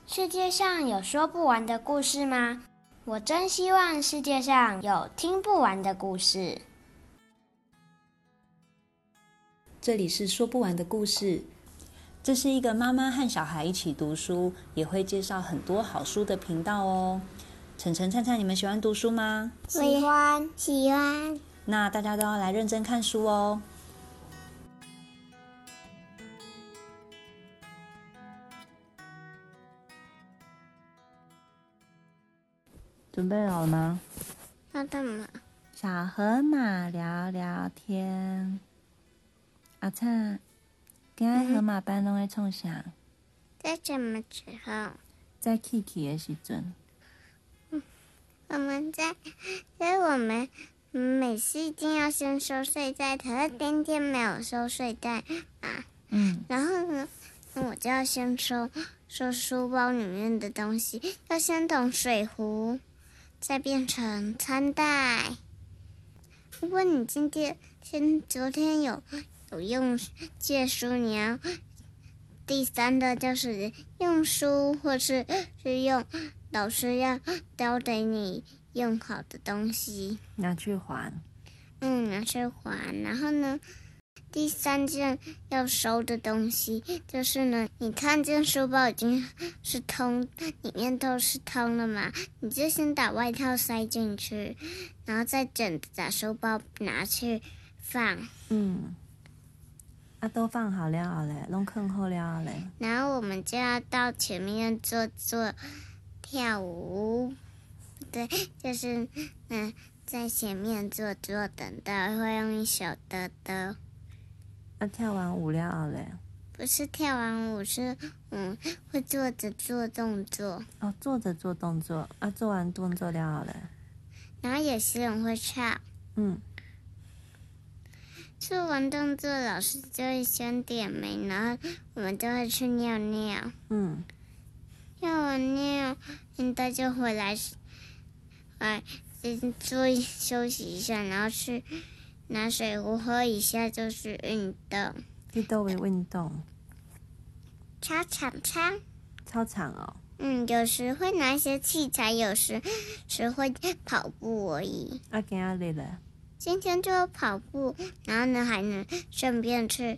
世界上有说不完的故事吗？我真希望世界上有听不完的故事。 这里是说不完的故事，这是一个妈妈和小孩一起读书，也会介绍很多好书的频道哦。晨晨、灿灿，你们喜欢读书吗？ 喜欢。 那大家都要来认真看书哦。准备好了吗？ 要干嘛？ 小河马聊聊天。阿灿，今日河马班拢在创啥？ 在什么时候？ 在起起的时阵。 我们每次一定要先收睡袋，可是今天没有收睡袋嘛。然后呢，我就要先收书包里面的东西，要先从水壶，再变成餐袋。如果你昨天有用借书，你要第三个就是用书，或是用老师要交给你用好的东西拿去还。 拿去还。然后呢，第三件要收的东西就是呢，你看见书包已经是里面都是通了嘛，你就先把外套塞进去，然后再把书包拿去放。 都放好了嘞，拢放好了嘞。 然后我们就要到前面做跳舞，对，就是在前面做，等到会用一首的。 跳完舞了嘞？ 不是跳完舞，是会坐着做动作。 坐着做动作做完动作了嘞。 然后有些人会唱。做完动作，老师就会先点名，然后我们就会去尿尿。尿完尿，应该就回来，先休息一下，然后去拿水壶喝一下，就是运动。 你都会运动？ 操场。 操场哦。 有时会拿一些器材，有时会跑步而已。 今天累了？ 今天就跑步，然后呢还能顺便去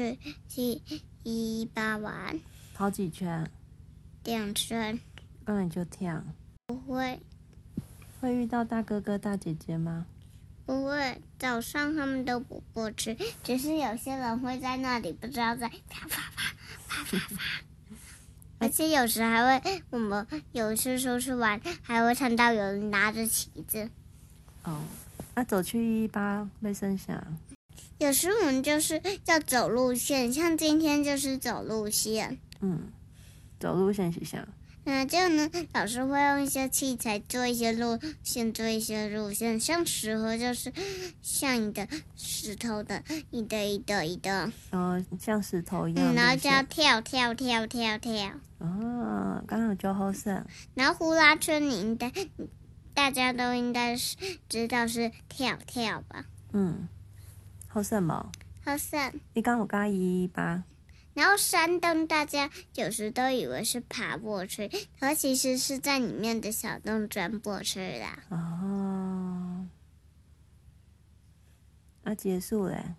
118玩。 跑几圈 ？2圈。 那你就跳。 不会。 会遇到大哥哥大姐姐吗？ 不会，早上他们都不过去，只是有些人会在那里不知道在啪啪啪。而且有时还会，我们有一次出去玩，还会看到有人拿着旗子。 走去118会剩下。 有时我们就是要走路线，像今天就是走路线。 走路线是啥？ 就呢，老师会用一些器材做一些路线，像石河就是像一个石头的一个。 像石头一样。 然后就要跳。 刚好就好省。 然后呼啦圈大家都应该是知道是跳吧。 好省吗？ 好省。 你刚有加118。 然后山洞大家有时都以为是爬过去，可其实是在里面的小洞钻过去的。 结束了。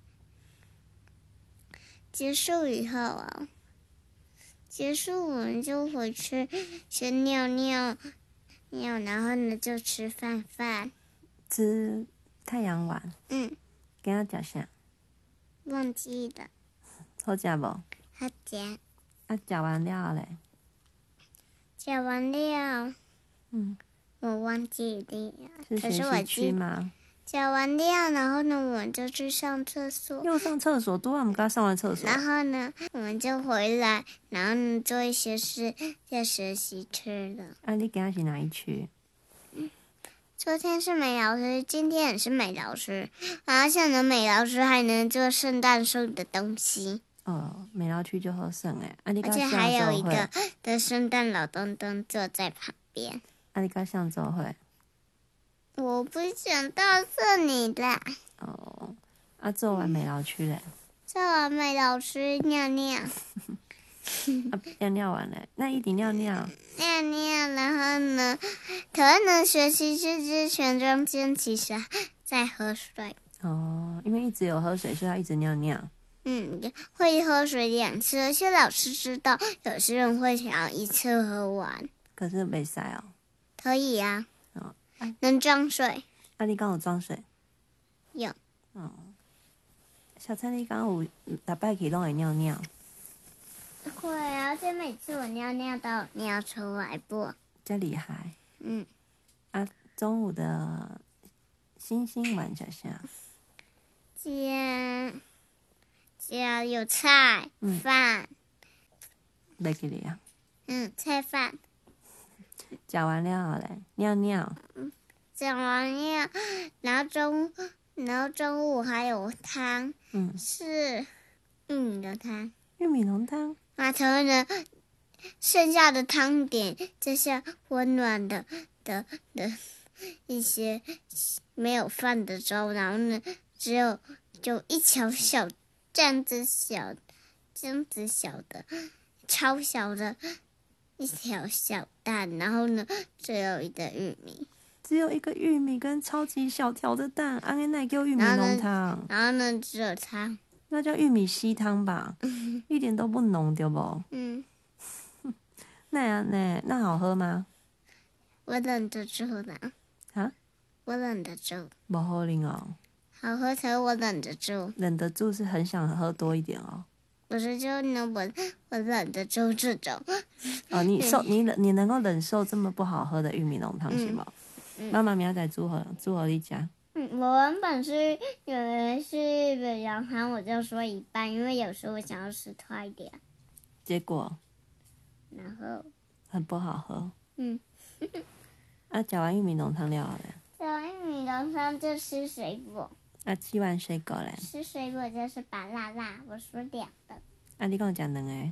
结束以后我们就回去先尿，然后呢就吃饭。 吃太阳丸。今天吃啥？ 忘记了。 好吃不？ 好吃。 吃完了嘞？ 吃完了。我忘记了。 是学习区吗？ 吃完了，然后呢，我们就去上厕所。 又上厕所？都我们刚上完厕所。 然后呢，我们就回来，然后呢，做一些事，在学习区了。 你今天是哪一区？ 昨天是美劳师，今天也是美劳师，而且呢，美劳师还能做圣诞树的东西。 美劳区就好省哎。 而且还有一个的圣诞老东东坐在旁边。 你刚上周会？ 我不想告诉你啦。 做完美劳区嘞？ 做完美劳师尿尿。 尿尿完了，那一定尿尿。 尿尿，然后呢，可能学习之前中间其实在喝水。 哦，因为一直有喝水，所以要一直尿尿。 会喝水2次，而且老师知道有些人会想要一次喝完。 可是没塞哦。 可以啊。能装水。 你刚有装水？ 有。 小蔡，你刚有每摆去拢会尿尿？ 会啊，而且每次我尿尿都有尿出来不？ 真厉害。中午的星星玩啥啥？ 加有菜饭。 没记哩啊。 菜饭。 讲完了嘞，尿尿。 讲完尿，然后中午还有汤。是玉米的汤。 玉米浓汤。 然后呢，剩下的汤点就像温暖的一些没有饭的粥，然后呢，就一小小这样子小的超小的一条小蛋，然后呢，只有一个玉米。 只有一个玉米跟超级小条的蛋，安尼那叫玉米浓汤。 然后呢，只有汤。 那叫玉米稀汤吧，一点都不浓，对不？那好喝吗？ 我忍得住的。我忍得住。 不好喝哦。 好喝，可是我忍得住。 忍得住是很想喝多一点哦。 不是，就呢，我忍得住这种。 你能够忍受这么不好喝的玉米浓汤是吗？妈妈明仔载煮好你吃。 我原本是以为是日本羊汤，我就说一半，因为有时候我想要吃快一点。 结果， 然后很不好喝。吃完玉米浓汤了嘞。 吃完玉米浓汤就吃水果。 吃完水果嘞。 吃水果就是芭乐啦，我说2个。 你跟我讲2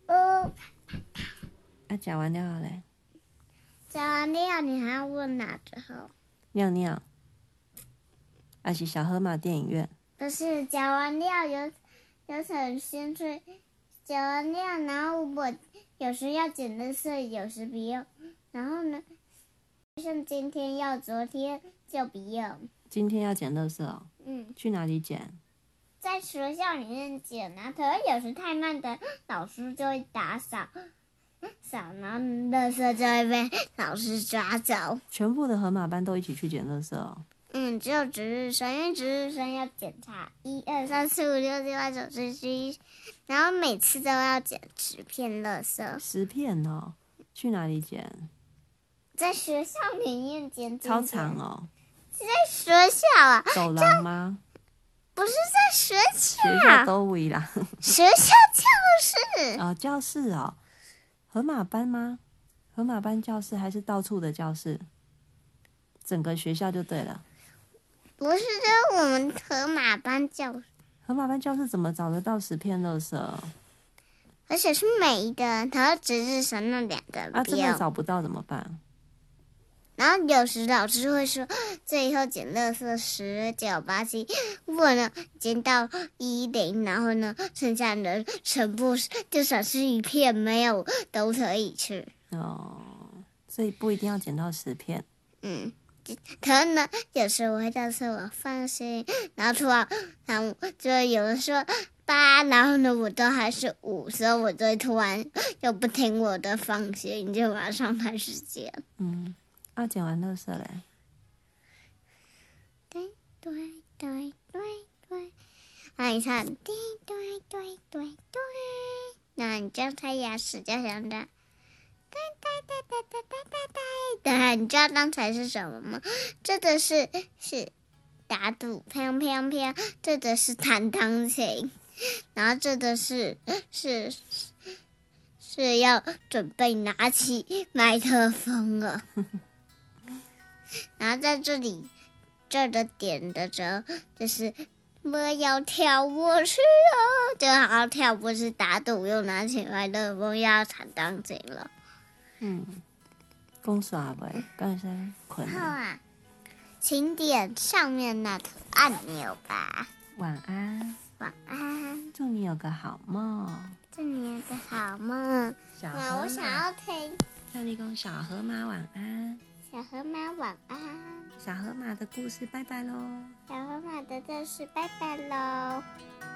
个。吃完了嘞。 吃完了，你还要问哪之后？ 尿尿。还是小河马电影院？ 不是，讲完料有很先去，讲完料，然后我有时要捡垃圾，有时不用。然后呢，像今天要，昨天就不用。 今天要捡垃圾哦。去哪里捡？ 在学校里面捡啊，可是有时太慢的，老师就会打扫，然后垃圾就会被老师抓走。 全部的河马班都一起去捡垃圾哦。 只有值日生，因为值日生要检查1、2、3、4、5、6、7、8、9、10、11，然后每次都要捡10片垃圾。 10片哦？去哪里捡？ 在学校里面捡。 操场哦？ 在学校啊？ 走廊吗？ 不是在学校。 学校都围啦。 学校教室。 教室哦？河马班吗？河马班教室还是到处的教室？整个学校就对了。 不是，就是我们河马班教室。 河马班教室怎么找得到10片垃圾？ 而且是每一个人，然后值日生那2个。 真的找不到怎么办？ 然后有时老师会说，最后捡垃圾10、9、8、7，我呢捡到10，然后呢剩下的全部就算是1片没有都可以吃。 所以不一定要捡到10片。 可能呢，有时我会告诉我放心，然后突然就有人说8，然后呢我都还是5，所以我就会突然又不听我的放心，就马上开始捡。 捡完垃圾嘞。 对，你看，对，那你张开牙齿就想着。对，你知道刚才是什么吗？这个是打赌，砰砰砰，这个是弹钢琴，然后这个是要准备拿起麦克风了。然后在这里，这个点的时候就是我要跳过去哦，就好好跳，不是打赌，又拿起麦克风要弹钢琴了。 讲煞袂，刚才困好啊，请点上面那个按钮吧。 晚安。 晚安， 祝你有个好梦。 祝你的好梦。 小河马， 我想要听。 特地跟小河马晚安。 小河马晚安。 小河马的故事，拜拜喽。 小河马的故事，拜拜喽。